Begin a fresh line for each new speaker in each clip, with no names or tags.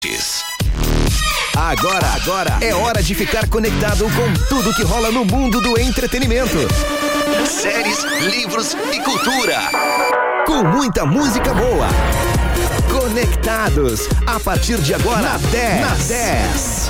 Agora é hora de ficar conectado com tudo que rola no mundo do entretenimento. Séries, livros e cultura. Com muita música boa. Conectados, a partir de agora, na 10.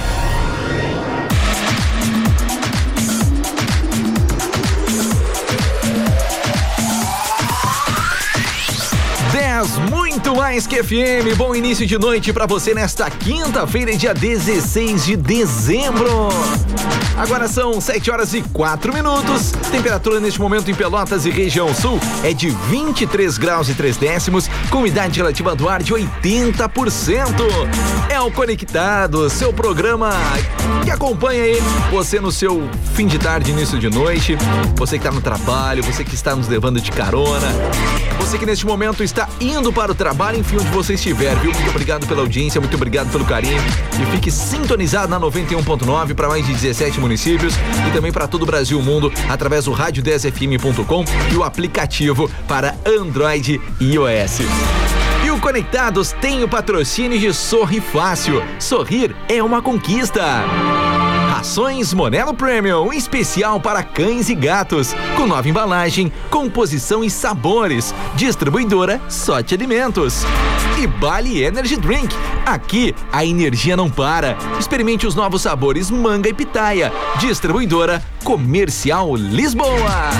Muito mais que FM. Bom início de noite pra você nesta quinta-feira, dia 16 de dezembro. Agora são 7h04. Temperatura neste momento em Pelotas e região sul é de 23 graus e 3 décimos, com umidade relativa do ar de 80%. É o Conectado, seu programa que acompanha aí você no seu fim de tarde, início de noite, você que tá no trabalho, você que está nos levando de carona, você que neste momento está indo para o trabalho, enfim, onde você estiver, viu? Muito obrigado pela audiência, muito obrigado pelo carinho e fique sintonizado na 91.9 para mais de 17 municípios e também para todo o Brasil e o mundo através do rádio10fm.com e o aplicativo para Android e iOS. E o Conectados tem o patrocínio de Sorri Fácil. Sorrir é uma conquista. Rações Monelo Premium, especial para cães e gatos, com nova embalagem, composição e sabores. Distribuidora Sorte Alimentos. E Bali Energy Drink. Aqui a energia não para. Experimente os novos sabores manga e pitaia. Distribuidora Comercial Lisboa.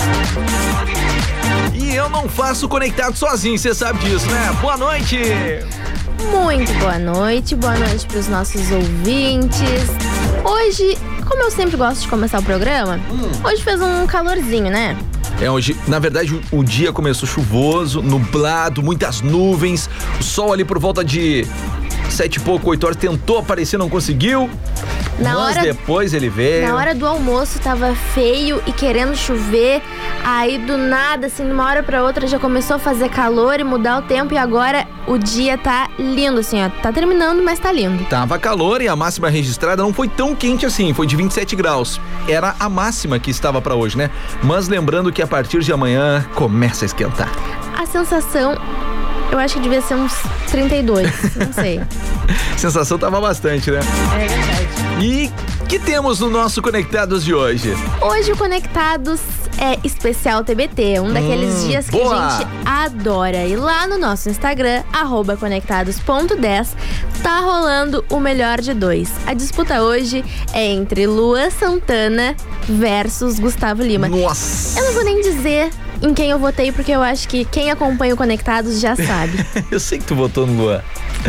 E eu não faço Conectado sozinho, você sabe disso, né? Boa noite!
Muito boa noite para os nossos ouvintes. Hoje, como eu sempre gosto de começar o programa, hoje fez um calorzinho, né?
Hoje, na verdade, o dia começou chuvoso, nublado, muitas nuvens, o sol ali por volta de 7 e pouco, 8 horas, tentou aparecer, não conseguiu. Mas depois ele veio.
Na hora do almoço tava feio e querendo chover. Aí do nada, assim, de uma hora pra outra já começou a fazer calor e mudar o tempo. E agora o dia tá lindo, assim, ó. Tá terminando, mas tá lindo.
Tava calor e a máxima registrada não foi tão quente assim, foi de 27 graus. Era a máxima que estava pra hoje, né? Mas lembrando que a partir de amanhã começa a esquentar.
A sensação, eu acho que devia ser uns 32, não sei.
Sensação tava bastante, né?
É verdade.
E que temos no nosso Conectados de hoje?
Hoje o Conectados é especial TBT, um daqueles dias que
boa.
A gente adora. E lá no nosso Instagram, @conectados.10, tá rolando o melhor de 2. A disputa hoje é entre Luan Santana versus Gustavo Lima.
Nossa!
Eu não vou nem dizer em quem eu votei, porque eu acho que quem acompanha o Conectados já sabe.
Eu sei que tu votou no Luan.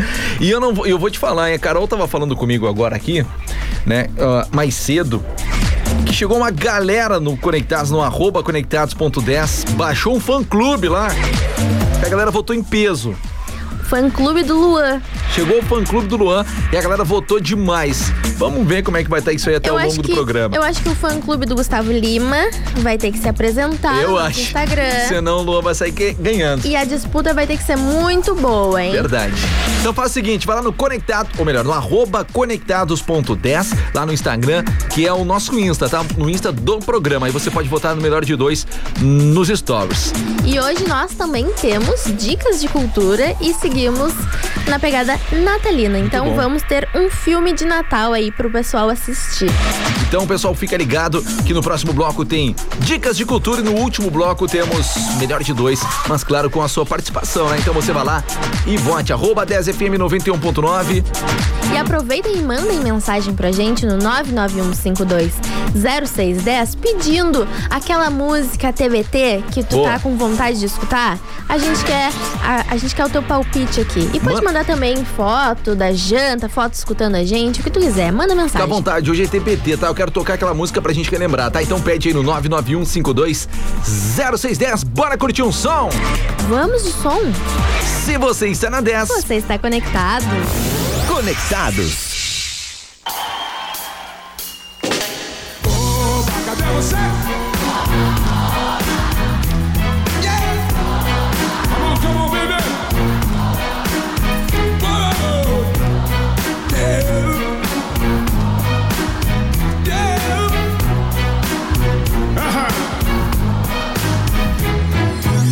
E eu vou te falar, hein? A Carol tava falando comigo agora aqui, né? Mais cedo, que chegou uma galera no Conectados, no @conectados.10, baixou um fã-clube lá. A galera votou em peso.
Fã-clube do Luan.
Chegou o fã-clube do Luan e a galera votou demais. Vamos ver como é que vai estar isso aí até ao longo do programa.
Eu acho que o fã-clube do Gustavo Lima vai ter que se apresentar no Instagram.
Senão o Luan vai sair ganhando.
E a disputa vai ter que ser muito boa, hein?
Verdade. Então faz o seguinte, vai lá no Conectado, ou melhor, no @conectados.10, lá no Instagram, que é o nosso Insta, tá? No Insta do programa. Aí você pode votar no melhor de 2 nos stories.
E hoje nós também temos dicas de cultura e seguimos na pegada natalina. Então vamos ter um filme de Natal aí pro pessoal assistir.
Então, pessoal, fica ligado que no próximo bloco tem dicas de cultura e no último bloco temos melhor de 2, mas claro, com a sua participação, né? Então você vai lá e vote, @10fm91.9.
E aproveitem e mandem mensagem pra gente no 991520610 pedindo aquela música TBT que tu tá com vontade de escutar. A gente quer o teu palpite aqui. E pode mandar também foto da janta, foto escutando a gente, o que tu quiser. Manda mensagem.
Fica à vontade, hoje é TBT, tá? Eu quero tocar aquela música pra gente relembrar, tá? Então pede aí no 991520610. Bora curtir um som?
Vamos de som?
Se você está na 10,
você está conectado.
Conectados.
Opa, cadê você? Come on, baby.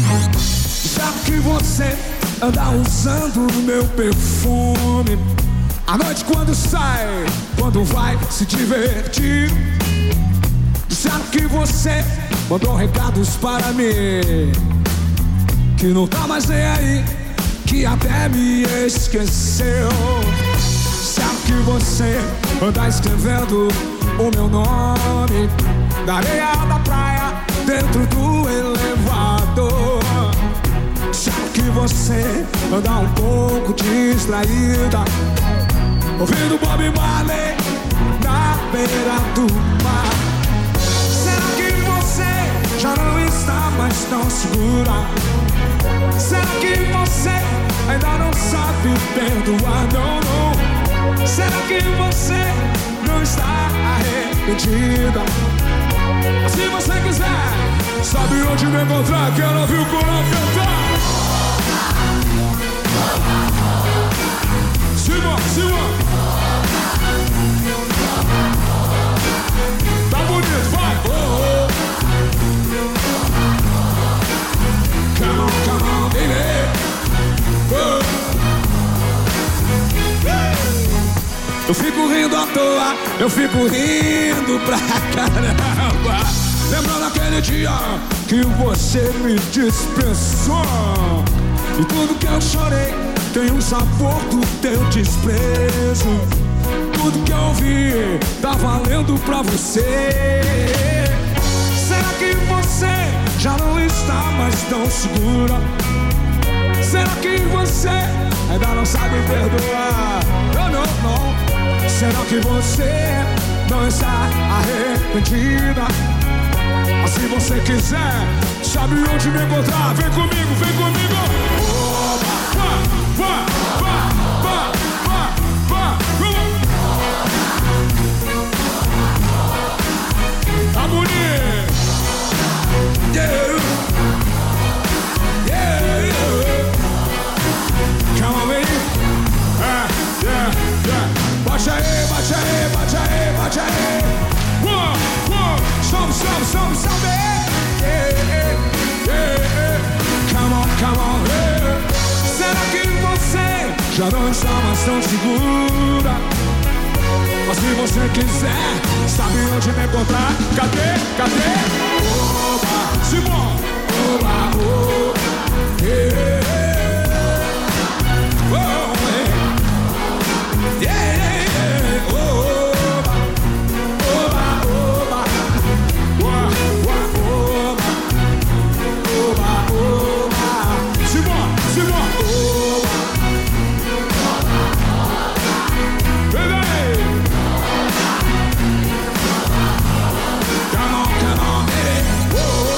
Já que você anda usando meu perfume, A noite quando sai, quando vai se divertir. Disseram que você mandou recados para mim, que não tá mais nem aí, que até me esqueceu. Disseram que você anda escrevendo o meu nome na areia da praia, dentro do elevador. Disseram que você anda um pouco distraída, ouvindo Bob Marley na beira do mar. Será que você já não está mais tão segura? Será que você ainda não sabe perdoar? Não, não. Será que você não está arrependida? Se você quiser, sabe onde me encontrar. Quero ouvir o coral cantar. Simão, Simão. Tá bonito, vai. Oh, oh. Come on, baby. Oh. Eu fico rindo à toa, eu fico rindo pra caramba, lembrando aquele dia que você me dispensou. E tudo que eu chorei tem um sabor do teu desprezo. Tudo que eu ouvi tá valendo pra você. Será que você já não está mais tão segura? Será que você ainda não sabe perdoar? Não, não, não. Será que você não está arrependida? Mas se você quiser, sabe onde me encontrar. Vem comigo, vem comigo. Oba, vá, vá, vá, vá, vá, vá. Tá bonito. Yeah. Yeah. Come on, baby. Yeah, yeah. Bate aí, bate aí, bate aí, bate aí. Uou, uou. Sobe, sobe, sobe, sobe. Yeah, yeah. Come on, come on, yeah. Será que você já não está mais tão segura? Mas se você quiser, sabe onde me encontrar. Cadê, cadê? Oba, Simão. Oba, oba, yeah. Oh, yeah, yeah, yeah. Oba, oba, oba. Oba, oba, oba, oba. Simão, Simão. Oba. Vem aí. Come on, come on, baby.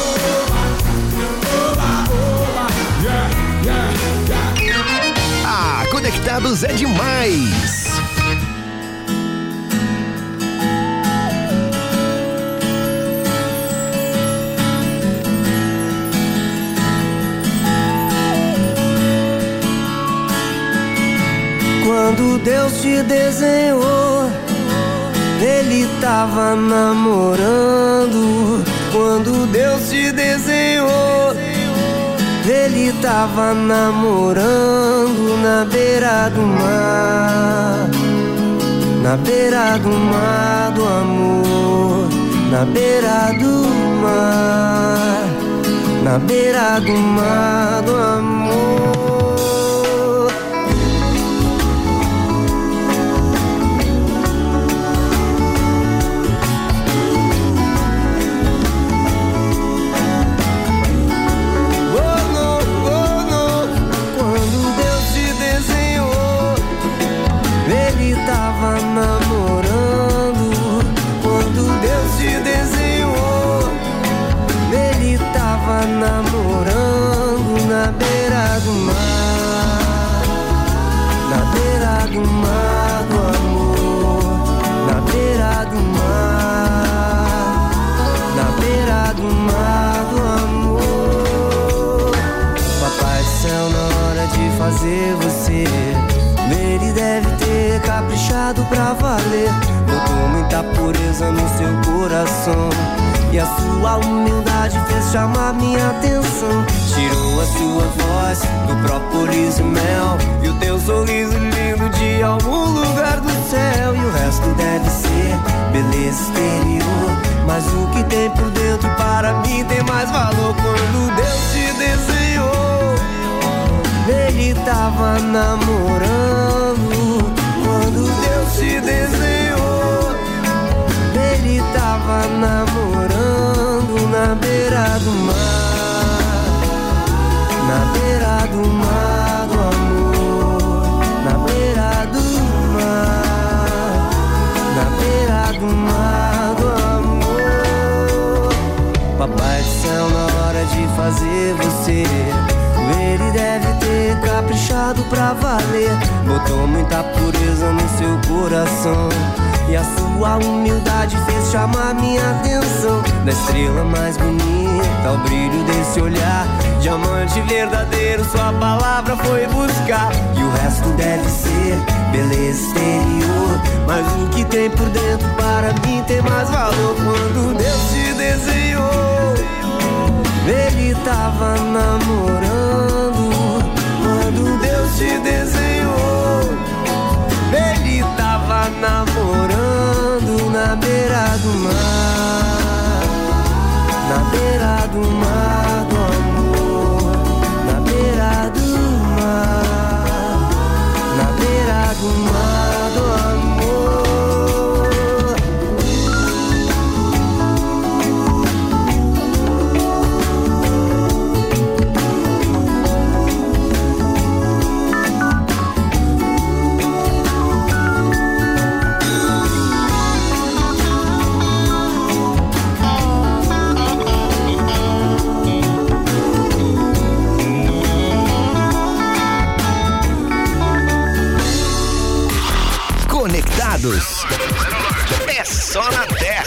Oba, oba, oba. Yeah, yeah, yeah.
Ah, Conectados é demais!
Quando Deus te desenhou, Ele tava namorando. Quando Deus te desenhou, Ele tava namorando na beira do mar. Na beira do mar do amor. Na beira do mar. Na beira do mar do amor. Tava namorando. Quando Deus te desenhou, Ele tava namorando na beira do mar. Na beira do mar do amor. Na beira do mar. Na beira do mar do amor. Papai do céu, na hora de fazer você, Ele deve ter caprichado pra valer. Botou muita pureza no seu coração, e a sua humildade fez chamar minha atenção. Tirou a sua voz do própolis e mel, e o teu sorriso lindo de algum lugar. resto deve ser beleza exterior, mas o que tem por dentro para mim tem mais valor. Quando Deus te desenhou, ele tava namorando. Quando Deus te desenhou, ele tava namorando na beira do mar, na beira do mar do amor, na beira do mar, na beira do mar do amor. Papai do céu, na hora de fazer você, ele deve ter caprichado pra valer. Botou muita pureza no seu coração, e a sua humildade fez chamar minha atenção. Da estrela mais bonita ao brilho desse olhar, diamante verdadeiro sua palavra foi buscar. E o resto deve ser beleza exterior, mas o que tem por dentro para mim tem mais valor. Quando Deus te desenhou, ele tava namorando. Quando Deus te desenhou, ele tava namorando na beira do mar, na beira do mar do amor, na beira do mar, na beira do mar do amor.
Conectados. É só na 10.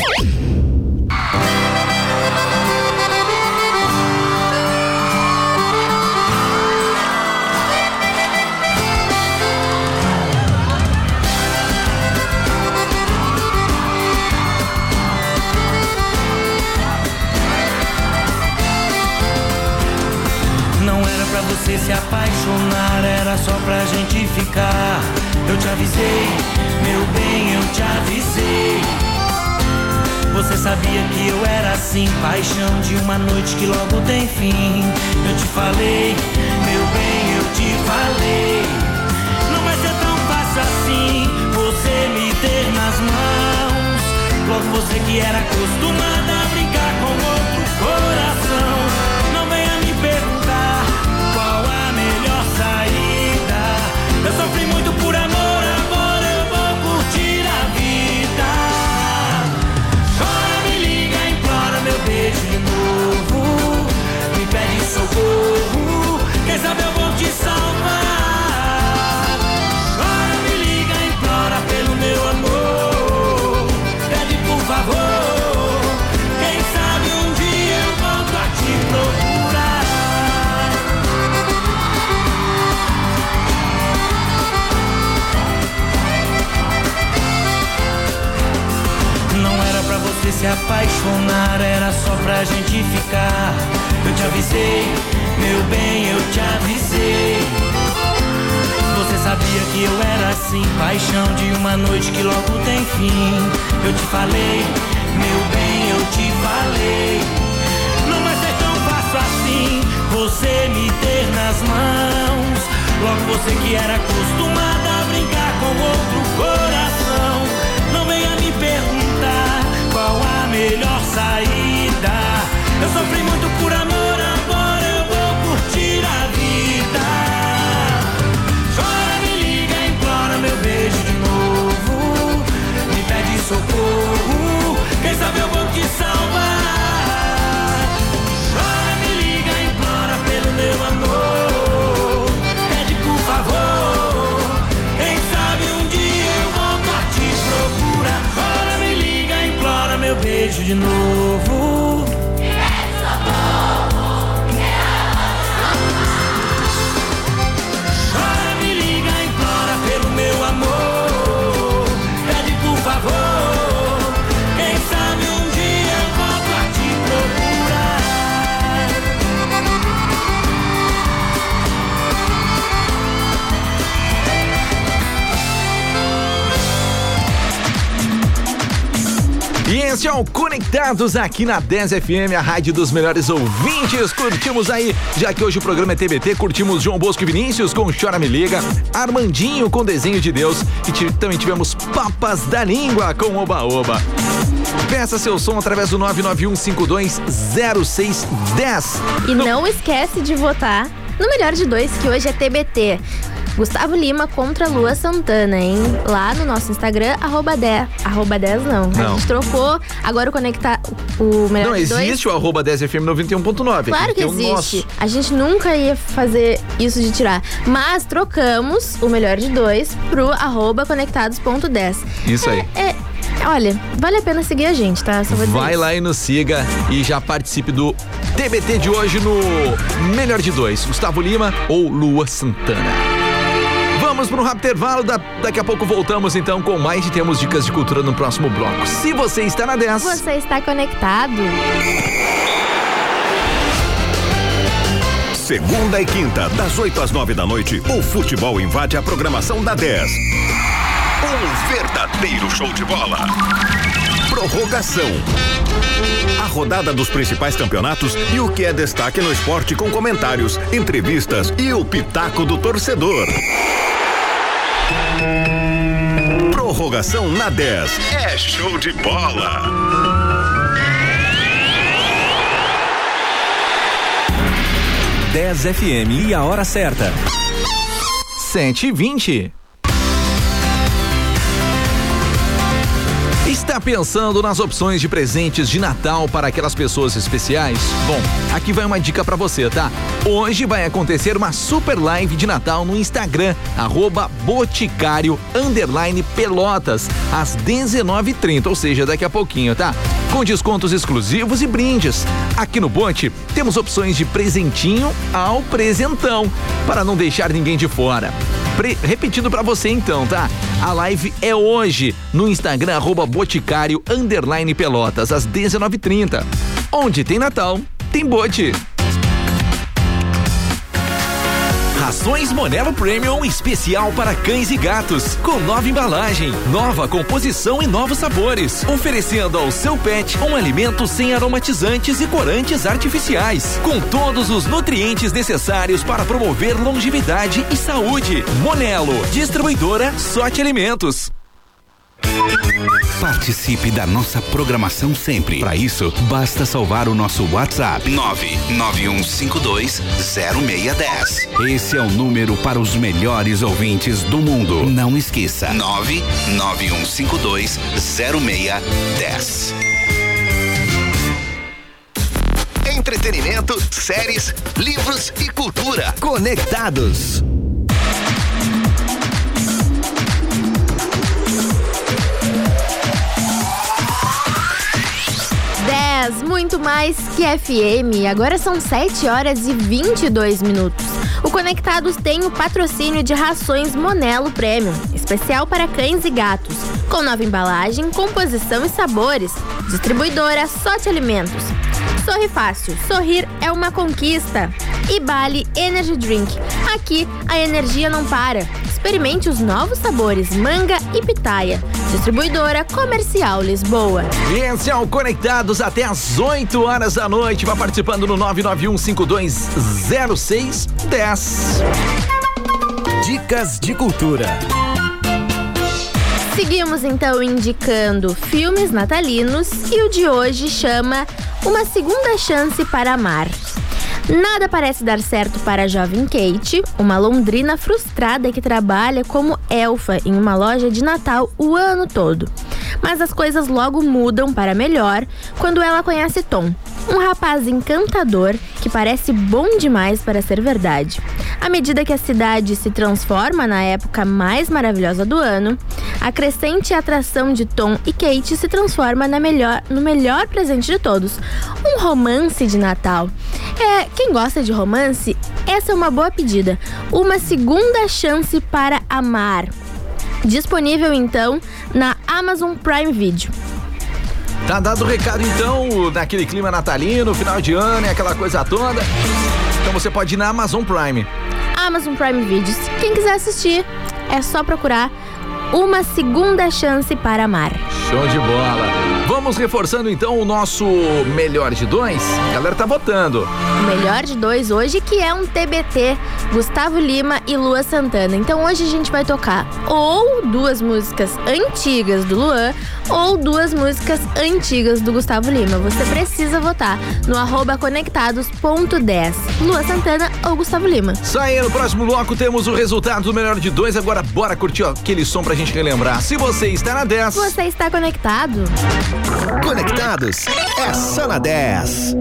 Não era pra você se apaixonar, era só pra gente ficar. Eu te avisei, meu bem, eu te avisei. Você sabia que eu era assim, paixão de uma noite que logo tem fim. Eu te falei, meu bem, eu te falei. Não vai ser tão fácil assim, você me ter nas mãos. Logo você que era acostumada a brincar com outro coração. Não venha me perguntar qual a melhor saída. Eu sofri muito por amor, agora eu vou curtir a vida. Chora, me liga, implora meu beijo de novo. Me pede socorro, quem sabe eu vou te salvar. Chora, me liga, implora pelo meu amor. Pede por favor, quem sabe um dia eu volto a te procurar. Pra você se apaixonar, era só pra gente ficar. Eu te avisei, meu bem, eu te avisei. Você sabia que eu era assim, paixão de uma noite que logo tem fim. Eu te falei, meu bem, eu te falei. Não vai ser tão fácil assim, você me ter nas mãos. Logo você que era acostumada a brincar com outro coração. Não venha me perguntar qual a melhor saída. Eu sofri muito por amor, agora eu vou curtir a vida. Chora, me liga, implora meu beijo de novo. Me pede socorro, quem sabe eu vou te salvar. Chora, me liga, implora pelo meu amor. Pede por favor, quem sabe um dia eu volto a te procurar. Chora, me liga, implora meu beijo de novo. Chora, me liga, implora pelo meu amor. Pede por favor, quem sabe um dia eu volto a te procurar.
E esse é o Conectados aqui na 10 FM, a rádio dos melhores ouvintes. Curtimos aí, já que hoje o programa é TBT, curtimos João Bosco e Vinícius com Chora Me Liga, Armandinho com Desenho de Deus e também tivemos Papas da Língua com Oba Oba. Peça seu som através do 991520610.
E não esquece de votar no Melhor de Dois, que hoje é TBT. Gustavo Lima contra Lua Santana, hein? Lá no nosso Instagram, @10 não. A gente trocou, agora o Melhor de Dois.
Não, existe o @10FM91.9.
Claro que existe. A gente nunca ia fazer isso de tirar. Mas trocamos o Melhor de Dois pro @conectados.10.
Isso aí.
Olha, vale a pena seguir a gente, tá? Só vou dizer
Vai
isso.
lá e nos siga e já participe do TBT de hoje no Melhor de Dois, Gustavo Lima ou Lua Santana. Vamos para um rápido intervalo, daqui a pouco voltamos então com mais e temos dicas de cultura no próximo bloco. Se você está na 10,
você está conectado.
Segunda e quinta, das 8 às 9 da noite, o futebol invade a programação da 10. Um verdadeiro show de bola. Prorrogação. A rodada dos principais campeonatos e o que é destaque no esporte com comentários, entrevistas e o pitaco do torcedor. Prorrogação na 10. É show de bola.
FM e a hora certa.
7h20. Está pensando nas opções de presentes de Natal para aquelas pessoas especiais? Bom, aqui vai uma dica para você, tá? Hoje vai acontecer uma super live de Natal no Instagram, @boticário_pelotas, às 19h30, ou seja, daqui a pouquinho, tá? Com descontos exclusivos e brindes. Aqui no Bote, temos opções de presentinho ao presentão, para não deixar ninguém de fora. Repetindo pra você então, tá? A live é hoje no Instagram, @boticário_pelotas, às 19h30. Onde tem Natal, tem Bote.
Rações Monelo Premium especial para cães e gatos, com nova embalagem, nova composição e novos sabores, oferecendo ao seu pet um alimento sem aromatizantes e corantes artificiais, com todos os nutrientes necessários para promover longevidade e saúde. Monelo, distribuidora Sorte Alimentos.
Participe da nossa programação sempre. Para isso, basta salvar o nosso WhatsApp 991520610. Esse é o número para os melhores ouvintes do mundo. Não esqueça, 991520610.
Entretenimento, séries, livros e cultura. Conectados.
10, muito mais que FM. Agora são 7h22. O Conectados tem o patrocínio de rações Monelo Premium, especial para cães e gatos, com nova embalagem, composição e sabores. Distribuidora Sorte Alimentos. Sorri fácil, sorrir é uma conquista. E Bali Energy Drink. Aqui a energia não para. Experimente os novos sabores manga e pitaia. Distribuidora Comercial Lisboa.
E esse é o Conectados até às 8 horas da noite. Vai participando no 991520610.
Dicas de cultura.
Seguimos então indicando filmes natalinos e o de hoje chama Uma Segunda Chance para Amar. Nada parece dar certo para a jovem Kate, uma londrina frustrada que trabalha como elfa em uma loja de Natal o ano todo. Mas as coisas logo mudam para melhor quando ela conhece Tom, um rapaz encantador que parece bom demais para ser verdade. À medida que a cidade se transforma na época mais maravilhosa do ano, a crescente atração de Tom e Kate se transforma no melhor presente de todos, um romance de Natal. Quem gosta de romance, essa é uma boa pedida. Uma Segunda Chance para Amar. Disponível então na Amazon Prime Video.
Tá dado o recado então, naquele clima natalino, final de ano e aquela coisa toda. Então você pode ir na Amazon Prime.
Amazon Prime Videos. Quem quiser assistir, é só procurar Uma Segunda Chance para Amar.
Show de bola. Vamos reforçando então o nosso melhor de 2. A galera tá votando.
O melhor de 2 hoje, que é um TBT, Gustavo Lima e Lua Santana. Então hoje a gente vai tocar ou 2 músicas antigas do Luan ou 2 músicas antigas do Gustavo Lima. Você precisa votar no @conectados.10. Lua Santana ou Gustavo Lima.
Saindo no próximo bloco temos o resultado do melhor de 2. Agora bora curtir aquele som pra gente relembrar. Se você está na 10,
você está conectado.
Conectados é só na 10.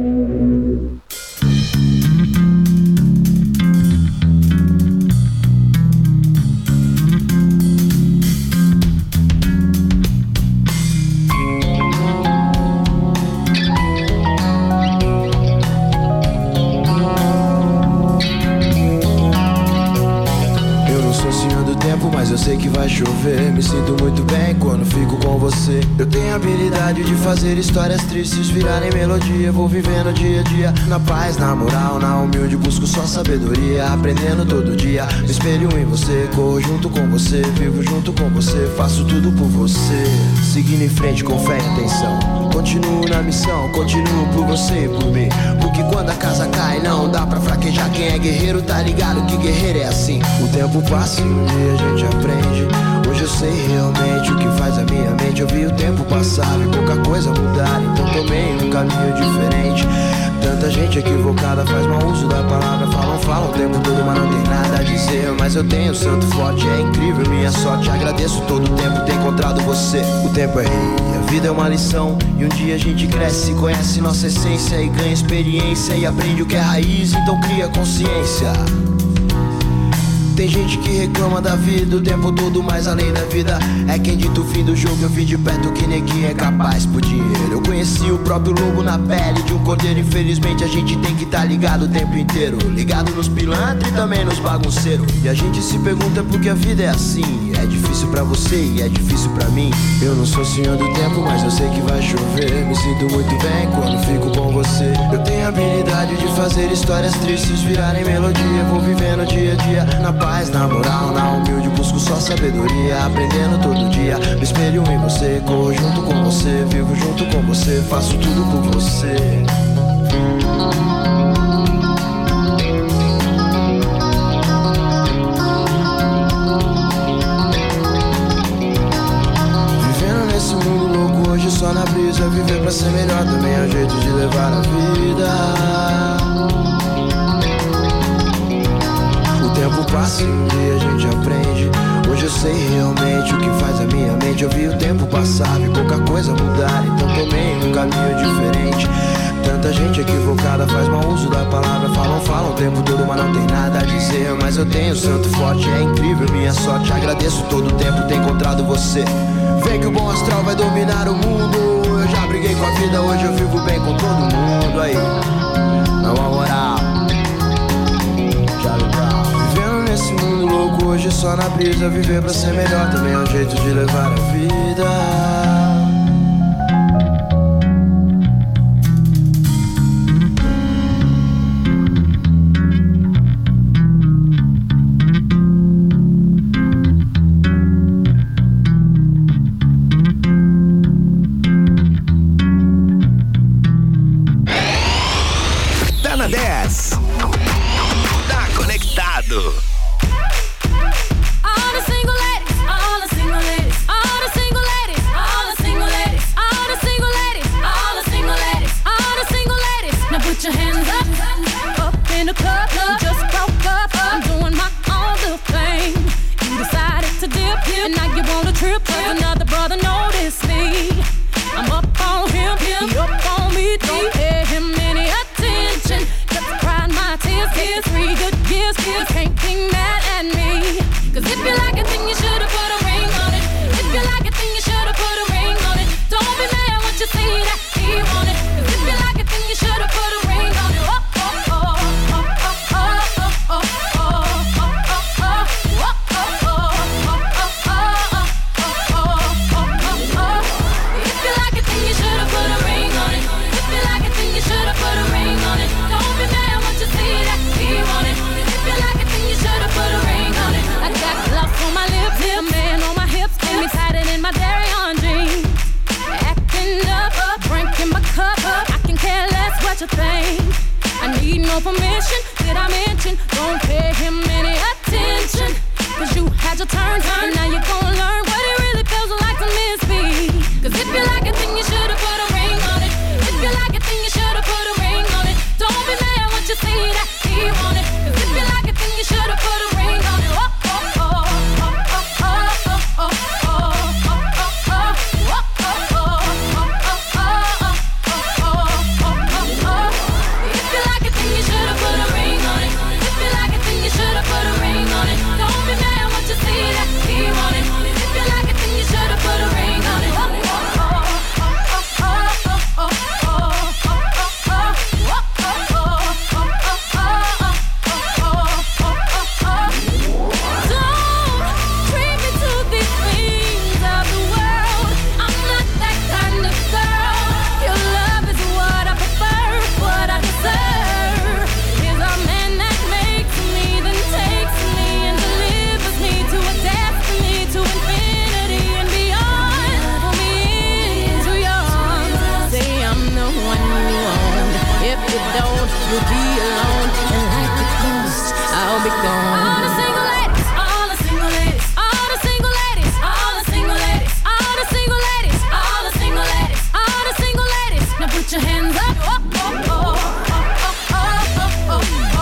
Mas eu sei que vai chover. Me sinto muito bem quando fico com você. Eu tenho a habilidade de fazer histórias tristes virarem melodia. Vou vivendo dia a dia, na paz, na moral, na humilde. Busco só sabedoria, aprendendo todo dia. Me espelho em você, corro junto com você. Vivo junto com você, faço tudo por você. Seguindo em frente com fé e intenção. Continuo na missão, continuo por você e por mim. Porque quando a casa cai não dá pra fraquejar. Quem é guerreiro tá ligado que guerreiro é assim. O tempo passa e um dia a gente aprende. Hoje eu sei realmente o que faz a minha mente. Eu vi o tempo passar e pouca coisa mudar. Então tomei um caminho diferente. Tanta gente equivocada faz mau uso da palavra. Falam o tempo todo, mas não tem nada a dizer. Mas eu tenho santo forte, é incrível minha sorte. Agradeço todo o tempo ter encontrado você. O tempo é rei, a vida é uma lição. E um dia a gente cresce, conhece nossa essência e ganha experiência e aprende o que é raiz, então cria consciência. Tem gente que reclama da vida o tempo todo, mas além da vida é quem dita o fim do jogo. Eu vi de perto que neguinho é capaz por dinheiro. Eu conheci o próprio lobo na pele de um cordeiro. Infelizmente a gente tem que tá ligado o tempo inteiro. Ligado nos pilantras e também nos bagunceiros. E a gente se pergunta por que a vida é assim. É difícil pra você e é difícil pra mim. Eu não sou senhor do tempo, mas eu sei que vai chover. Me sinto muito bem quando fico com você. Eu tenho a habilidade de fazer histórias tristes virarem melodia. Vou vivendo dia a dia, na paz, na moral, na humilde. Busco só sabedoria, aprendendo todo dia. Me espelho em você, corro junto com você. Vivo junto com você, faço tudo por você. Só na brisa, viver pra ser melhor também é um jeito de levar a vida. O tempo passa e um dia a gente aprende. Hoje eu sei realmente o que faz a minha mente. Eu vi o tempo passar, vi pouca coisa mudar, então tomei um caminho diferente. Tanta gente equivocada faz mau uso da palavra. Falam o tempo todo, mas não tem nada a dizer. Mas eu tenho santo forte, é incrível minha sorte. Agradeço todo o tempo ter encontrado você. Vem que o bom astral vai dominar o mundo. Eu já briguei com a vida, hoje eu vivo bem com todo mundo. Aí, não há moral. Vivendo nesse mundo louco, hoje só na brisa. Viver pra ser melhor também é um jeito de levar a vida.
Man on my what you think. I need no permission, did I mention? Don't pay him any attention. Cause you had your turn, and now you're gonna learn what it really feels like to miss me. Cause if you like it, then you should've put a ring on it. If you like it, then you should've put a ring on it. Don't be mad when you see that he want it. Cause if you like it, then you should've put a ring on it. Oh, oh, oh, oh, oh, oh, oh, oh. You'll be alone, and like the ghost, I'll be gone. All the single ladies, all the single ladies, all the single ladies, all the single ladies, all the single ladies, all the single ladies, all the single ladies. Now put your hands up. Oh, oh, oh, oh, oh, oh,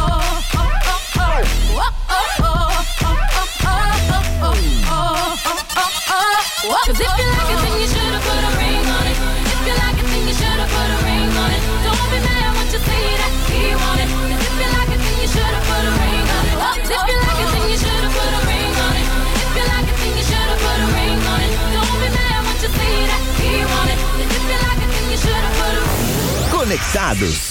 oh, oh, oh. Cause if you like it, then you should've put a ring on it. If you like it, then you should've put a ring on it. Don't be mad when you see that he want it. Cause if you like it, then you should've put a ring on it. If you like it, then you should've put a ring on it. If you like it, then you should've put a ring on it. Don't be mad when you see that he want it. If you like it, then you should've put a ring on it.
Conectados.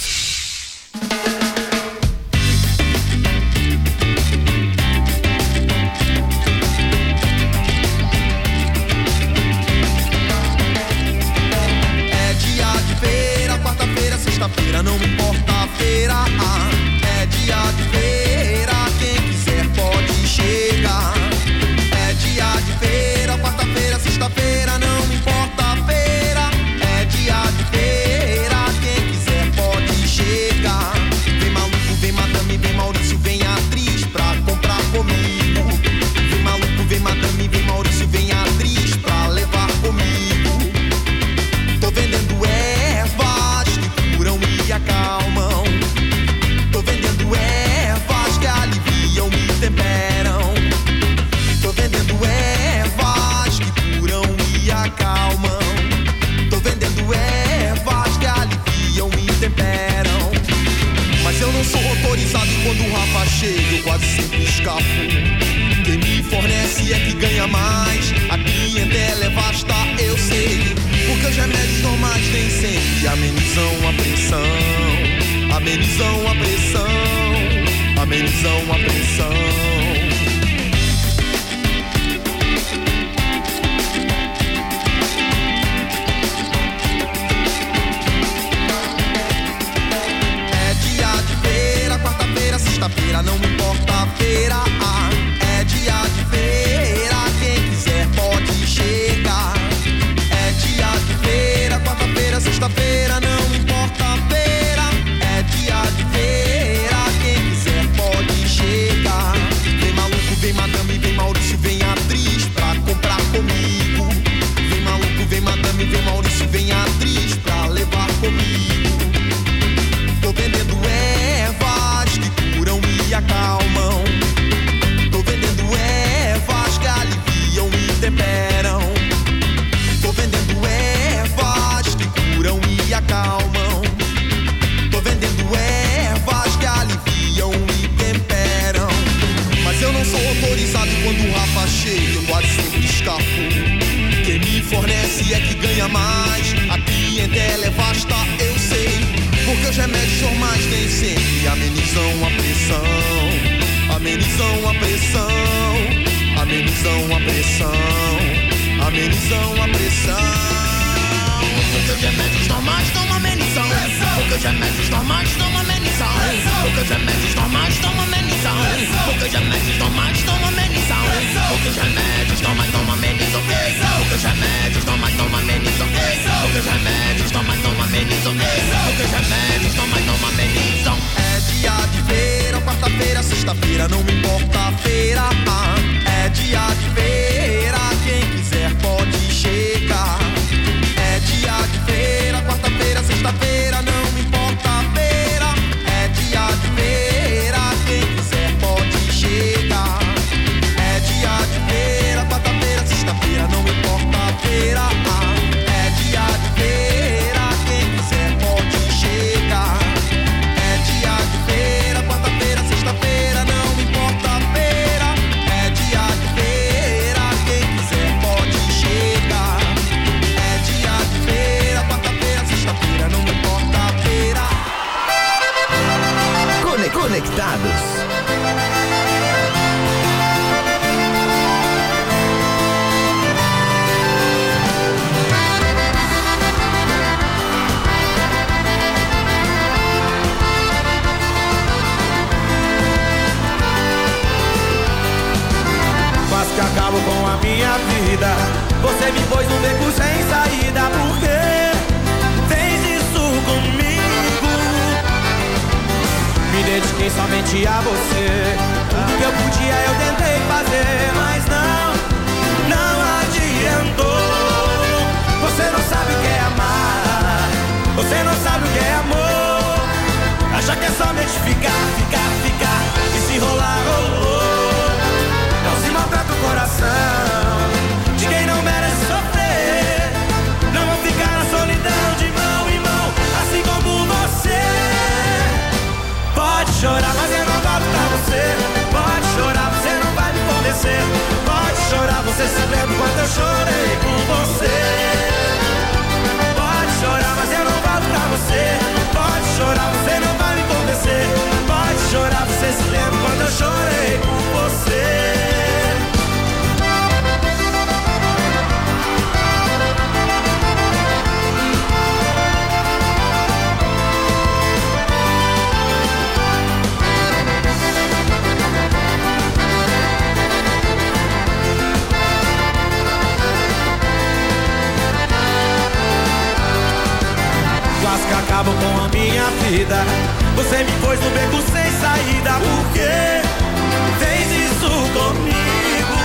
Sexta-feira, não importa a feira, é dia de feira, quem quiser pode chegar. É dia de feira, quarta-feira, sexta-feira, não importa a feira, é dia de feira, quem quiser pode chegar. Vem maluco, vem madame, vem Maurício, vem atriz pra comprar comigo. Vem maluco, vem madame, vem Maurício, vem atriz pra levar comigo. Tô vendendo ervas que curam e acalmam. Tô vendendo ervas que aliviam e temperam. Tô vendendo ervas que curam e acalmam. Tô vendendo ervas que aliviam e temperam. Mas eu não sou autorizado e quando o Rafa chega eu quase sempre escapo. Quem me fornece é que ganha mais. A clientela é vasta, eu sei. Porque os remédios normais nem sempre amenizam a pressão. Amenizam a pressão. Amenizam a pressão. Sexta-feira, não importa a feira, é dia de feira, quem quiser pode chegar. É dia de feira, quarta-feira, sexta-feira, não importa a feira, é dia de feira, quem quiser pode chegar. Vem maluco, vem madame, vem Maurício, vem atriz pra comprar comigo. Vem maluco, vem madame, vem Maurício, vem atriz pra levar comigo. Tô vendendo ervas que curam e acalmam. Tô vendendo ervas que aliviam e temperam. Tô vendendo ervas que curam e acalmam. Tô vendendo ervas que aliviam e temperam. Mas eu não sou autorizado e quando o Rafa chega eu quase sempre escapo. Quem me fornece é que ganha mais. A clientela é vasta, eu sei. Porque os remédios normais nem sempre amenizam a pressão. Amenizam a pressão. Amenizam a pressão. Amenizam a pressão. Porque os remédios normais não amenizam. Porque os remédios normais não amenizam. Porque os remédios normais não amenizam. Porque os remédios normais não amenizam. Porque os remédios normais não amenizam. Porque os remédios normais não amenizam. Porque os remédios normais não amenizam. Porque os remédios normais Você me pôs num beco sem saída, por quê? Fez isso comigo. Me dediquei somente a você. Tudo que eu podia eu tentei fazer, mas não adiantou. Você não sabe o que é amar, você não sabe o que é amor. Acha que é somente ficar e se rolar, rolou. Não se maltrata o coração de quem não merece sofrer. Não vou ficar na solidão de mão em mão, assim como você. Pode chorar, mas eu não volto pra você. Pode chorar, você não vai me convencer. Pode chorar, você se lembra quando eu chorei por você. Pode chorar, mas eu não volto pra você. Pode chorar, você não vai me convencer. Pode chorar, você se lembra quando eu chorei por você. Que acabam com a minha vida. Você me pôs no beco sem saída, por quê? Fez isso comigo.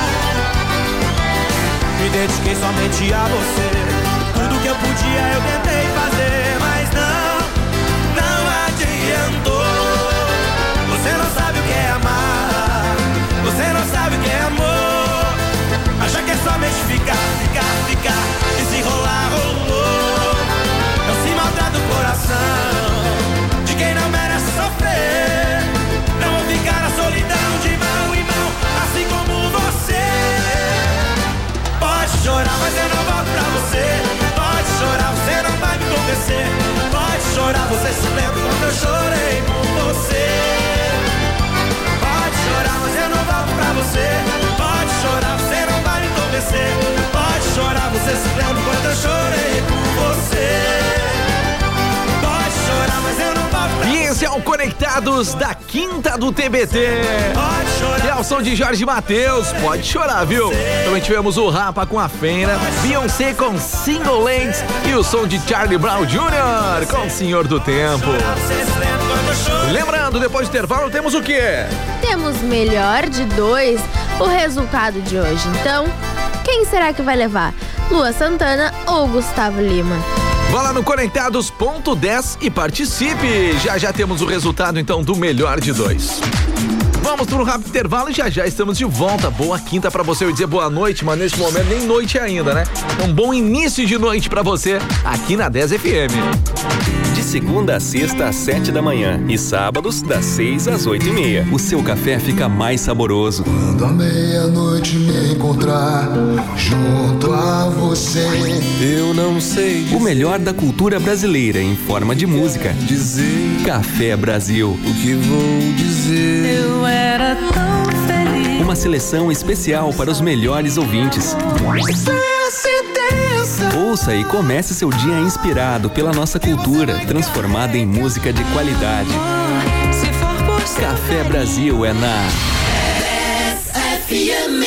Me dediquei somente a você. Tudo que eu podia eu tentei fazer, mas não adiantou. Você não sabe o que é amar, você não sabe o que é amor. Acha que é somente ficar e se rolar, rolou. Não se maltrata o coração de quem não merece sofrer. Não vou ficar na solidão de mão em mão, assim como você. Pode chorar, mas eu não volto pra você. Pode chorar, você não vai me convencer. Pode chorar, você se lembra quando eu chorei por você. Pode chorar, mas eu não volto pra você. Pode chorar, você não vai me convencer. Pode chorar, você se lembra quando eu chorei por você.
E esse é o Conectados da quinta do TBT. E é o som de Jorge Mateus, pode chorar, viu? Também tivemos o Rapa com a Fena, Beyoncé com Single Ladies e o som de Charlie Brown Jr. com Senhor do Tempo. Lembrando, depois do intervalo temos o quê?
Temos melhor de 2, o resultado de hoje. Então, quem será que vai levar? Lua Santana ou Gustavo Lima?
Vá lá no Conectados.10 e participe. Já temos o resultado, então, do melhor de 2. Vamos para um rápido intervalo e já estamos de volta. Boa quinta pra você. Eu ia dizer boa noite, mas nesse momento nem noite ainda, né? Um bom início de noite pra você aqui na 10 FM.
De segunda a sexta às 7 da manhã e sábados das 6 às 8h30. O seu café fica mais saboroso.
Quando à meia-noite me encontrar junto a você,
eu não sei dizer. O melhor da cultura brasileira em forma de música.
Dizer
Café Brasil.
O que vou dizer?
Eu era tão feliz.
Uma seleção especial para os melhores ouvintes. Ouça e comece seu dia inspirado pela nossa cultura, transformada em música de qualidade. Café Brasil é na
FM.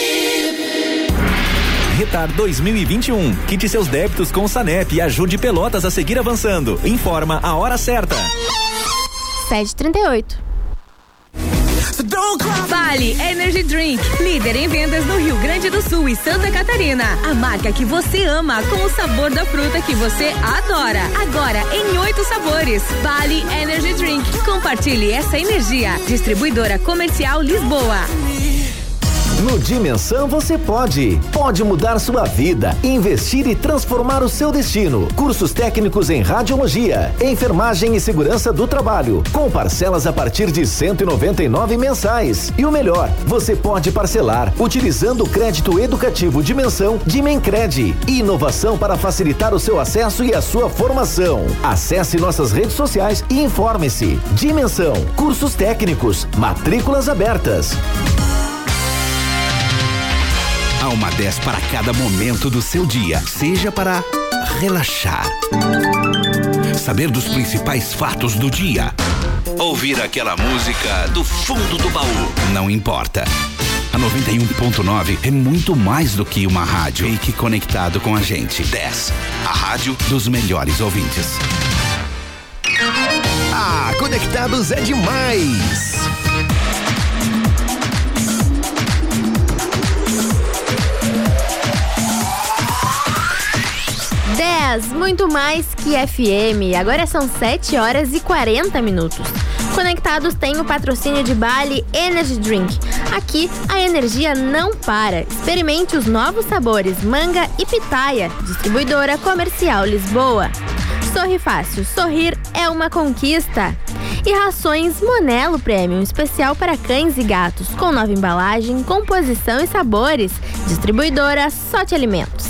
Retar 2021. Quite seus débitos com o Sanep e ajude Pelotas a seguir avançando. Informa a hora certa.
7h38.
Vale Energy Drink, líder em vendas no Rio Grande do Sul e Santa Catarina. A marca que você ama com o sabor da fruta que você adora. Agora em 8 sabores. Vale Energy Drink. Compartilhe essa energia. Distribuidora Comercial Lisboa.
No Dimensão você pode mudar sua vida, investir e transformar o seu destino. Cursos técnicos em radiologia, enfermagem e segurança do trabalho, com parcelas a partir de 199 mensais. E o melhor, você pode parcelar utilizando o crédito educativo Dimensão Dimencred. Inovação para facilitar o seu acesso e a sua formação. Acesse nossas redes sociais e informe-se. Dimensão, cursos técnicos, matrículas abertas.
Há uma 10 para cada momento do seu dia, seja para relaxar, saber dos principais fatos do dia, ouvir aquela música do fundo do baú, não importa. A 91.9 é muito mais do que uma rádio. Fique conectado com a gente. 10, a rádio dos melhores ouvintes.
Ah, Conectados é demais!
Muito mais que FM. Agora são 7h40. Conectados tem o patrocínio de Bali Energy Drink. Aqui a energia não para. Experimente os novos sabores manga e pitaia. Distribuidora Comercial Lisboa. Sorri Fácil. Sorrir é uma conquista. E rações Monelo Premium, especial para cães e gatos, com nova embalagem, composição e sabores. Distribuidora Sorte Alimentos.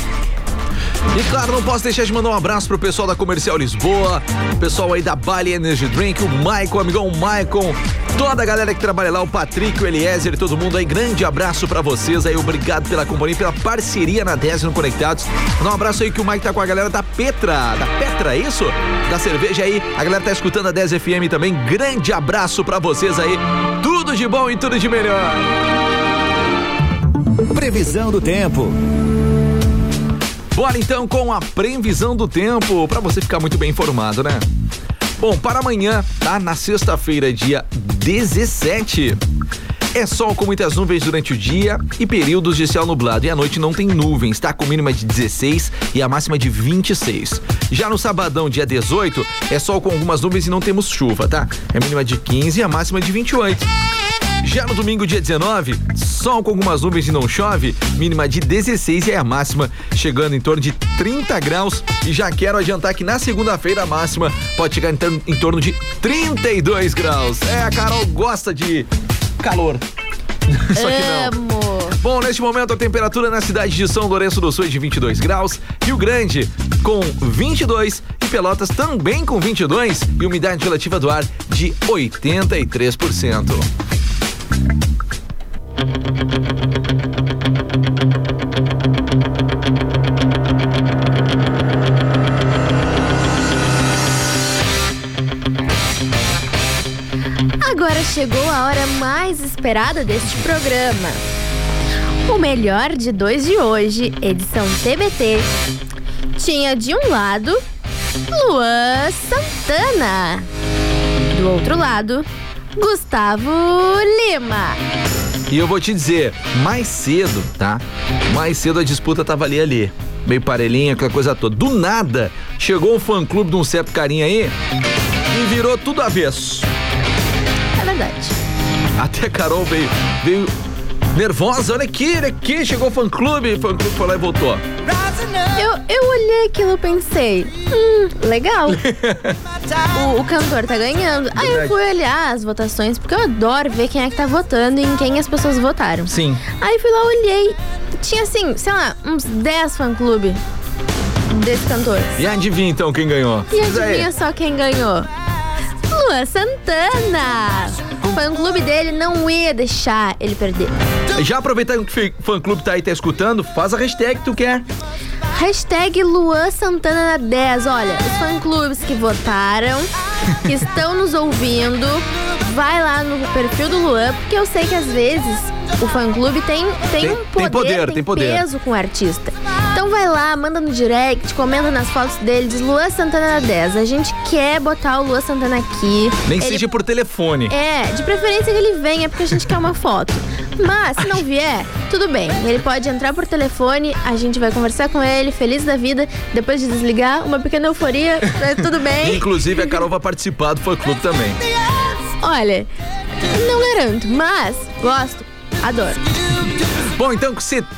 E claro, não posso deixar de mandar um abraço pro pessoal da Comercial Lisboa, pessoal aí da Bali Energy Drink, o Maicon, amigão Maicon, toda a galera que trabalha lá, o Patrick, o Eliezer e todo mundo aí, grande abraço pra vocês aí, obrigado pela companhia, pela parceria na 10 no Conectados. Mandar um abraço aí que o Mike tá com a galera da Petra, é isso? Da cerveja aí, a galera tá escutando a 10 FM também, grande abraço pra vocês aí, tudo de bom e tudo de melhor.
Previsão do tempo.
Bora então com a previsão do tempo, pra você ficar muito bem informado, né? Bom, para amanhã, tá? Na sexta-feira, dia 17, é sol com muitas nuvens durante o dia e períodos de céu nublado. E à noite não tem nuvens, tá? Com mínima de 16 e a máxima de 26. Já no sabadão, dia 18, é sol com algumas nuvens e não temos chuva, tá? É mínima de 15 e a máxima de 28. Já no domingo, dia 19, sol com algumas nuvens e não chove, mínima de 16 e a máxima chegando em torno de 30 graus. E já quero adiantar que na segunda-feira a máxima pode chegar em torno de 32 graus. A Carol gosta de calor. Só que não. Bom, neste momento a temperatura na cidade de São Lourenço do Sul é de 22 graus, Rio Grande com 22 e Pelotas também com 22 e umidade relativa do ar de 83%.
Agora chegou a hora mais esperada deste programa. O melhor de dois de hoje, edição TBT. Tinha de um lado Luan Santana, do outro lado Gustavo Lima.
E eu vou te dizer, mais cedo, tá? Mais cedo a disputa tava ali. Meio parelhinha, aquela coisa toda. Do nada, chegou um fã-clube de um certo carinha aí e virou tudo avesso.
É verdade.
Até a Carol veio nervosa. Olha aqui, chegou o fã-clube foi lá e voltou.
Eu olhei aquilo e pensei, legal. o cantor tá ganhando. Aí eu fui olhar as votações, porque eu adoro ver quem é que tá votando e em quem as pessoas votaram.
Sim.
Aí fui lá, olhei, tinha assim, sei lá, uns 10 fã-clube desse cantor.
E adivinha então quem ganhou?
E adivinha só quem ganhou? Luan Santana. O fã-clube dele não ia deixar ele perder.
Já aproveitando que o fã-clube tá aí, tá escutando, faz a hashtag que tu quer.
Hashtag Luan Santana na 10. Olha, os fã-clubes que votaram, que estão nos ouvindo, vai lá no perfil do Luan, porque eu sei que às vezes o fã-clube tem peso com o artista. Então vai lá, manda no direct, comenta nas fotos dele, diz Luan Santana na 10. A gente quer botar o Luan Santana aqui.
Nem seja por telefone.
De preferência que ele venha, porque a gente quer uma foto. Mas se não vier, tudo bem. Ele pode entrar por telefone, a gente vai conversar com ele, feliz da vida. Depois de desligar, uma pequena euforia, tudo bem.
Inclusive a Carol vai participar do fã-clube também.
Olha, não garanto, mas gosto, adoro.
Bom, então com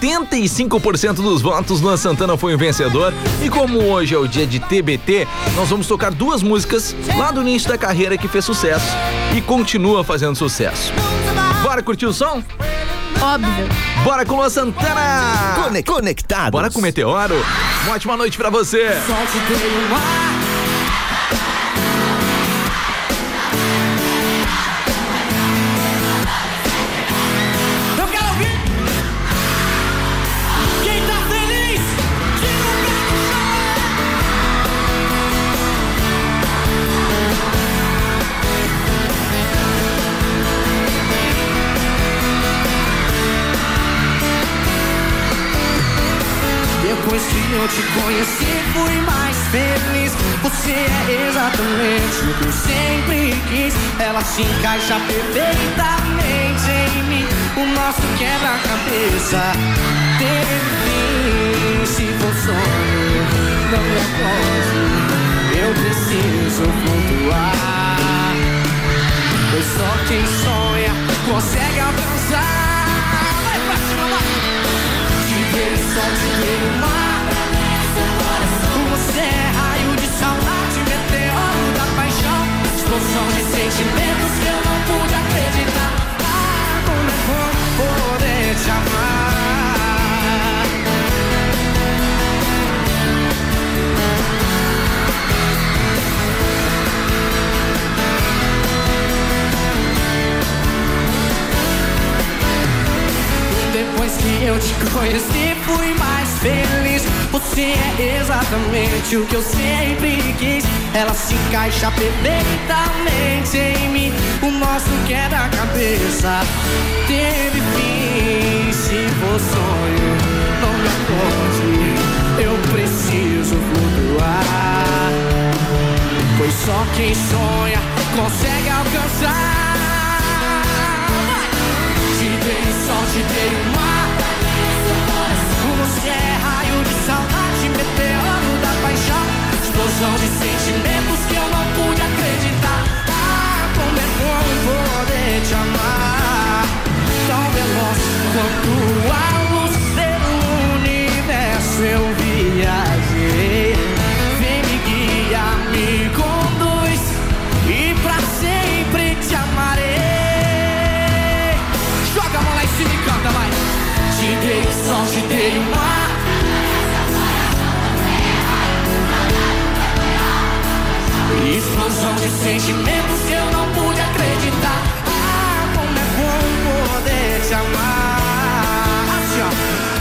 75% dos votos, Luan Santana foi o vencedor. E como hoje é o dia de TBT, nós vamos tocar duas músicas lá do início da carreira que fez sucesso e continua fazendo sucesso. Bora curtir o som?
Óbvio.
Bora com Luan Santana!
Conectados.
Bora com o Meteoro. Uma ótima noite pra você.
Depois que eu te conheci, fui mais feliz. Você é exatamente o que eu sempre quis. Ela se encaixa perfeitamente em mim. O nosso quebra-cabeça teve fim. Se for sonho, não me acorde, eu preciso flutuar. Pois só quem sonha consegue alcançar. Vai pra cima, vai! Te ver só, te ver o mar. Você é raio de saudade, meteoro da paixão, explosão de sentimentos que eu não pude acreditar. Ah, como é bom poder te amar. Depois que eu te conheci, fui mais feliz. Você é exatamente o que eu sempre quis. Ela se encaixa perfeitamente em mim. O nosso quebra-cabeça teve fim. Se for sonho, não me acorde, eu preciso flutuar. Pois só quem sonha consegue alcançar. Te dei sol, te dei o mar. Você é raio de saudade, meteoro da paixão, explosão de sentimentos que eu não pude acreditar. Ah, como é bom poder te amar. Tão veloz quanto a luz pelo universo eu viajei. Vem me guiar, me conduz e pra sempre te amarei. Joga a mão lá em cima e canta, vai. Te dei o sol, te dei o mar. Explosão de sentimentos que eu não pude acreditar. Ah, como é bom poder te amar. Assim, ó.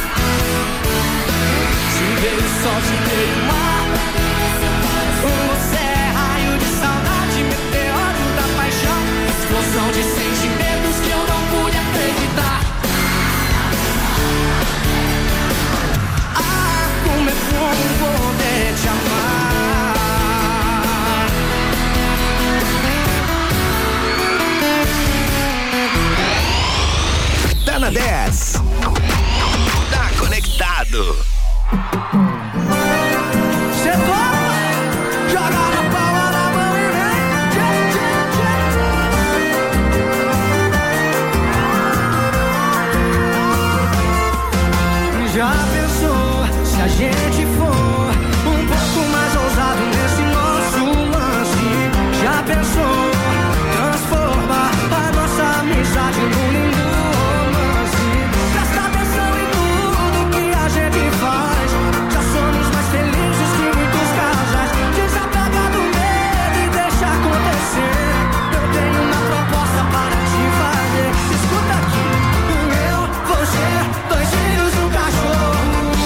Te dei o sol, te dei o mar. Você é raio de saudade, meteoro da paixão, explosão de sentimentos que eu não pude acreditar. Como é bom poder te amar.
Tá na 10. Tá conectado.
Cê topa? Joga a palma na mão e vem. Já pensou se a gente for um pouco mais ousado nesse nosso lance? Já pensou transformar a nossa amizade num lindo romance? Presta atenção em tudo que a gente faz. Já somos mais felizes que muitos casais. Desapega do medo e deixa acontecer. Eu tenho uma proposta para te fazer. Escuta aqui, eu, você, dois filhos, um cachorro.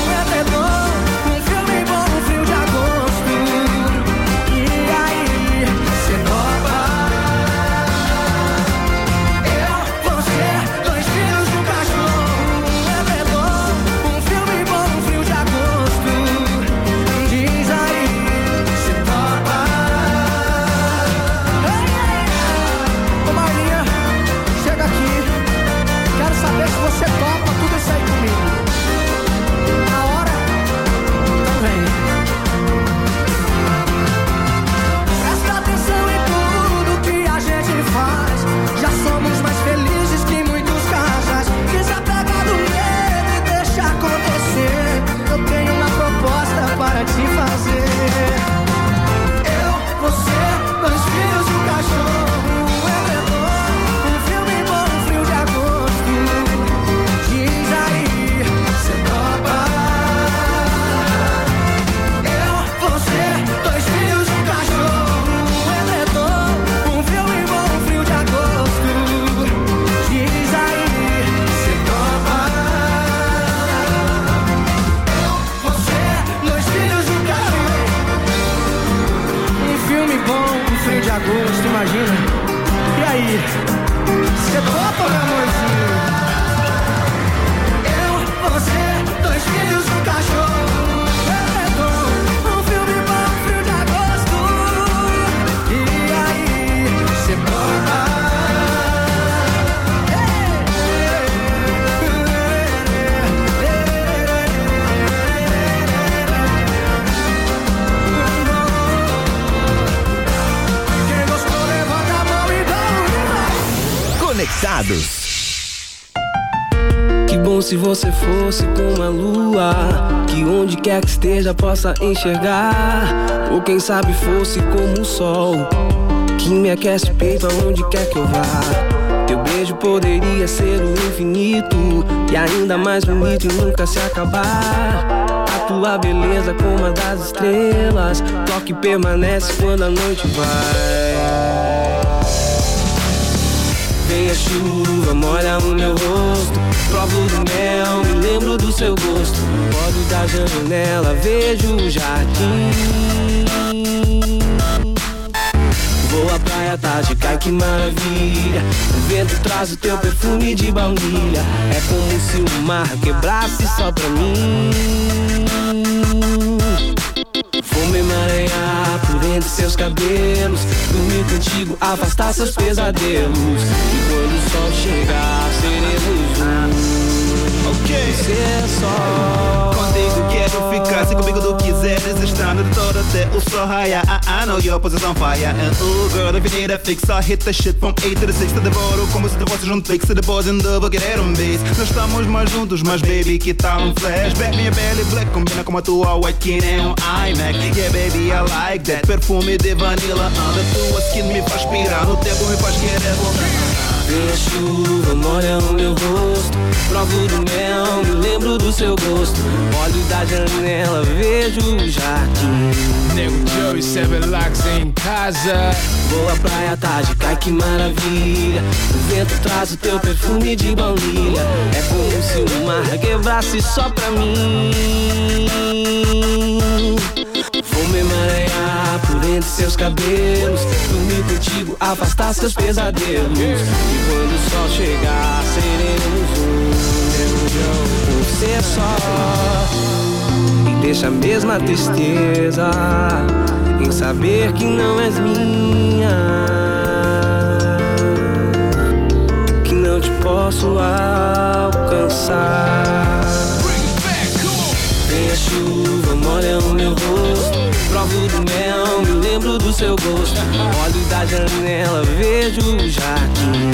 Você topa tudo isso aí comigo? Na hora? Então vem. Presta atenção em tudo que a gente faz. Já somos mais felizes que muitos casais. Desapega do medo e deixa acontecer. Eu tenho uma proposta para te fazer. Eu, você, dois filhos e um cachorro. Agosto, imagina. E aí? Você topa, meu amorzinho? Eu, você, dois filhos, um cachorro.
Conectados.
Que bom se você fosse como a lua, que onde quer que esteja possa enxergar. Ou quem sabe fosse como o sol, que me aquece o peito aonde quer que eu vá. Teu beijo poderia ser o infinito, e ainda mais bonito e nunca se acabar. A tua beleza como a das estrelas, toque permanece quando a noite vai. Vem a chuva, molha o meu rosto, provo do mel, me lembro do seu gosto. Olho da janela, vejo o jardim. Vou à praia, tarde cai, que maravilha. O vento traz o teu perfume de baunilha. É como se o mar quebrasse só pra mim. Vou me emaranhar por entre seus cabelos, dormir contigo, afastar seus pesadelos. E quando o sol chegar, seremos Você é só
contigo quero ficar, se comigo tu quiseres estar no todo até o sol raiar. I know your position fire. And ooh girl, if you need a fix, I hit the shit from 8 to the 6 to the bottom. Como se fosse junto fix to the boys in the bucket and base. Nós estamos mais juntos, mas baby, que tal um flashback? Minha pele black combina com a tua white skin e um iMac. Yeah baby, I like that. Perfume de vanilla, da tua skin me faz pirar, no tempo me faz querer voltar.
Vem a chuva, molha o meu rosto, provo do mel, me lembro do seu gosto. Olho da janela, vejo o jardim.
Nego Joey, 7 Locks em casa.
Vou à praia, tarde cai, que maravilha. O vento traz o teu perfume de baunilha. É como se o mar quebrasse só pra mim. Vou me emaranhar por entre seus cabelos, dormir contigo, afastar seus pesadelos. E quando o sol chegar, seremos Você só. E deixa a mesma tristeza em saber que não és minha, que não te posso alcançar. Vem a chuva, molha o meu rosto, provo do mel, me lembro do seu gosto. Olho da janela, vejo o jardim.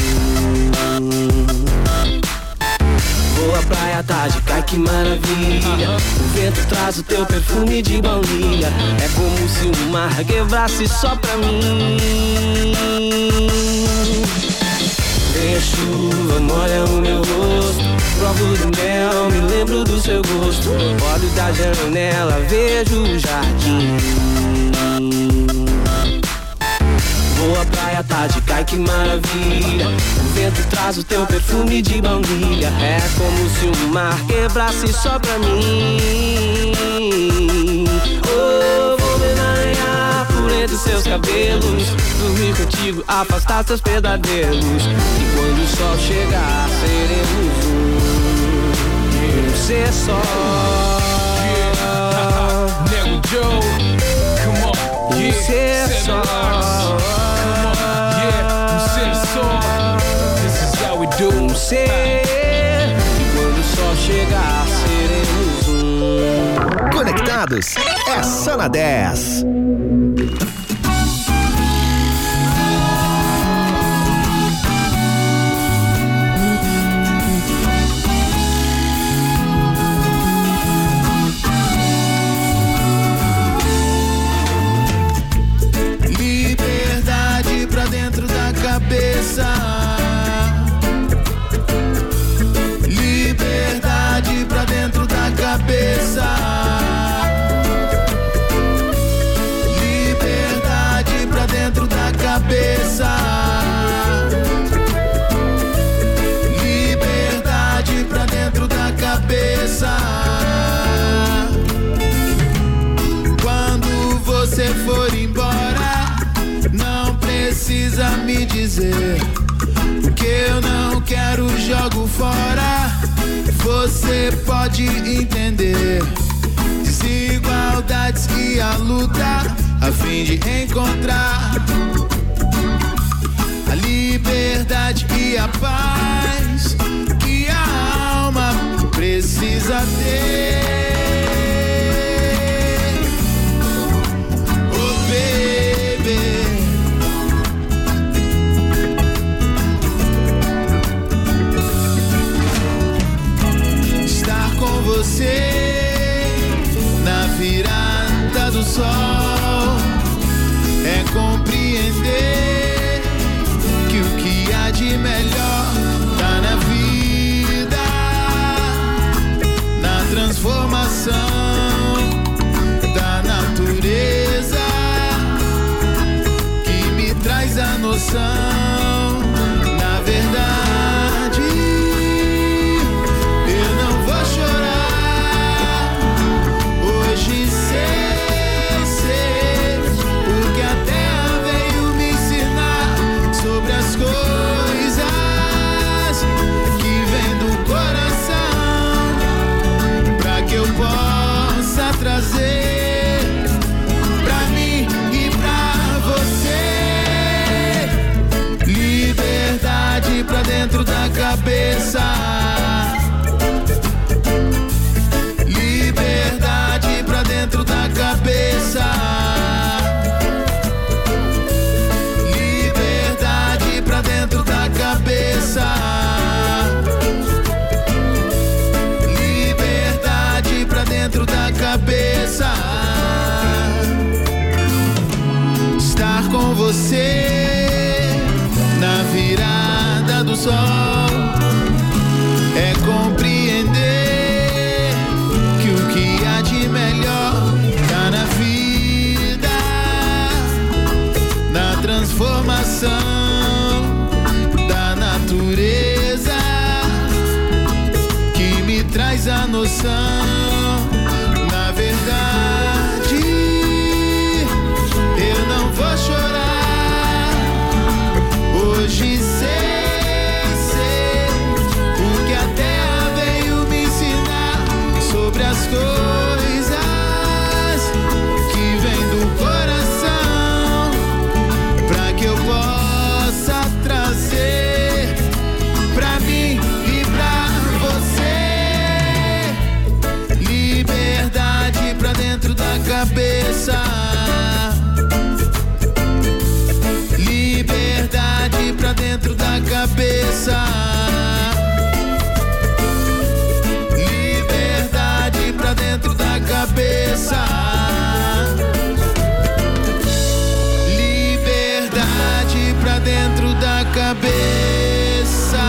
Vou à praia, tarde cai, que maravilha. O vento traz o teu perfume de baunilha. É como se o mar quebrasse só pra mim. Vem a chuva, molha o meu rosto, provo do mel, me lembro do seu gosto. Olho da janela, vejo o jardim. Vou à praia, tarde cai, que maravilha. O vento traz o teu perfume de baunilha. É como se o mar quebrasse só pra mim. Oh, vou me emaranhar por entre seus cabelos, dormir contigo, afastar seus pesadelos. E quando o sol chegar, seremos Você só.
Nego Joe, come on, yeah.
Você só. Você, e quando o sol chegar, seremos
Conectados é só na 10.
Liberdade pra dentro da cabeça. Pra dentro da cabeça. Liberdade pra dentro da cabeça. Liberdade pra dentro da cabeça. Quando você for embora, não precisa me dizer, porque eu não quero jogo fora. Você pode entender desigualdades e a luta a fim de encontrar a liberdade e a paz que a alma precisa ter. Oh baby,
sol é compreender que o que há de melhor tá na vida, na transformação da natureza que me traz a noção. Na verdade, eu não vou chorar hoje sei o que a terra veio me ensinar sobre as coisas que vem do coração, pra que eu possa trazer pra mim e pra você liberdade pra dentro da cabeça. Liberdade pra dentro da cabeça. Liberdade pra dentro da cabeça. Liberdade pra dentro da cabeça. Estar com você na virada do sol é compreender que o que há de melhor tá na vida, na transformação da natureza que me traz a noção. Na verdade, eu não vou chorar hoje sei o que a terra veio me ensinar sobre as coisas que vem do coração, pra que eu possa trazer pra mim e pra você liberdade pra dentro da cabeça. Liberdade pra dentro da cabeça. Liberdade pra dentro da cabeça. Liberdade pra dentro da cabeça.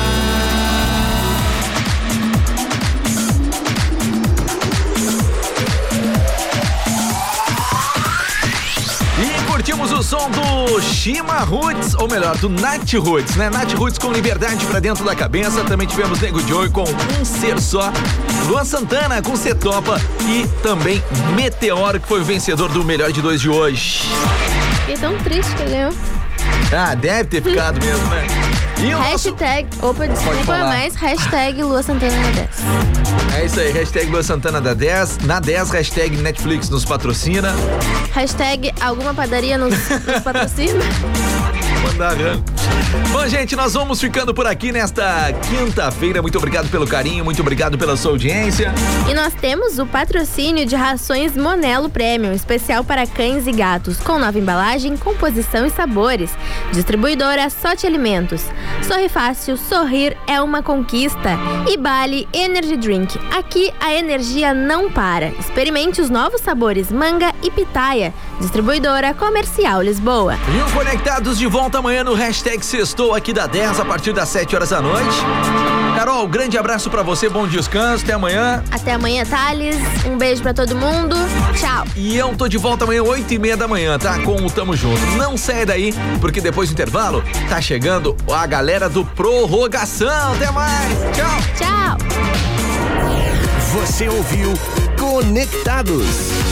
Curtimos o som do Shima Roots, ou melhor, do Nath Roots, né? Nath Roots com Liberdade pra dentro da cabeça. Também tivemos Nego Joey com Um Ser Só, Luan Santana com Cê Topa e também Meteoro, que foi o vencedor do Melhor de Dois de hoje.
Fiquei tão triste que ele ganhou.
Ah, deve ter ficado mesmo, né? E o
hashtag, opa, desculpa mais, hashtag Lua Santana na 10.
É isso aí, hashtag Lua Santana da 10, na 10, hashtag Netflix nos patrocina.
Hashtag alguma padaria nos patrocina.
Mandar, né? Bom, gente, nós vamos ficando por aqui nesta quinta-feira. Muito obrigado pelo carinho, muito obrigado pela sua audiência.
E nós temos o patrocínio de rações Monelo Premium, especial para cães e gatos, com nova embalagem, composição e sabores. Distribuidora Sorte Alimentos. Sorri fácil, sorrir é uma conquista. E Bali Energy Drink. Aqui a energia não para. Experimente os novos sabores manga e pitaia. Distribuidora Comercial Lisboa.
E o Conectados de volta amanhã no hashtag Sextou aqui da 10 a partir das 7 horas da noite. Carol, grande abraço pra você, bom descanso, até amanhã.
Até amanhã, Thales, um beijo pra todo mundo, tchau.
E eu tô de volta amanhã 8h30 da manhã, tá? Com o Tamo Junto. Não saia daí, porque depois do intervalo tá chegando a galera do Prorrogação. Até mais, tchau.
Tchau.
Você ouviu Conectados.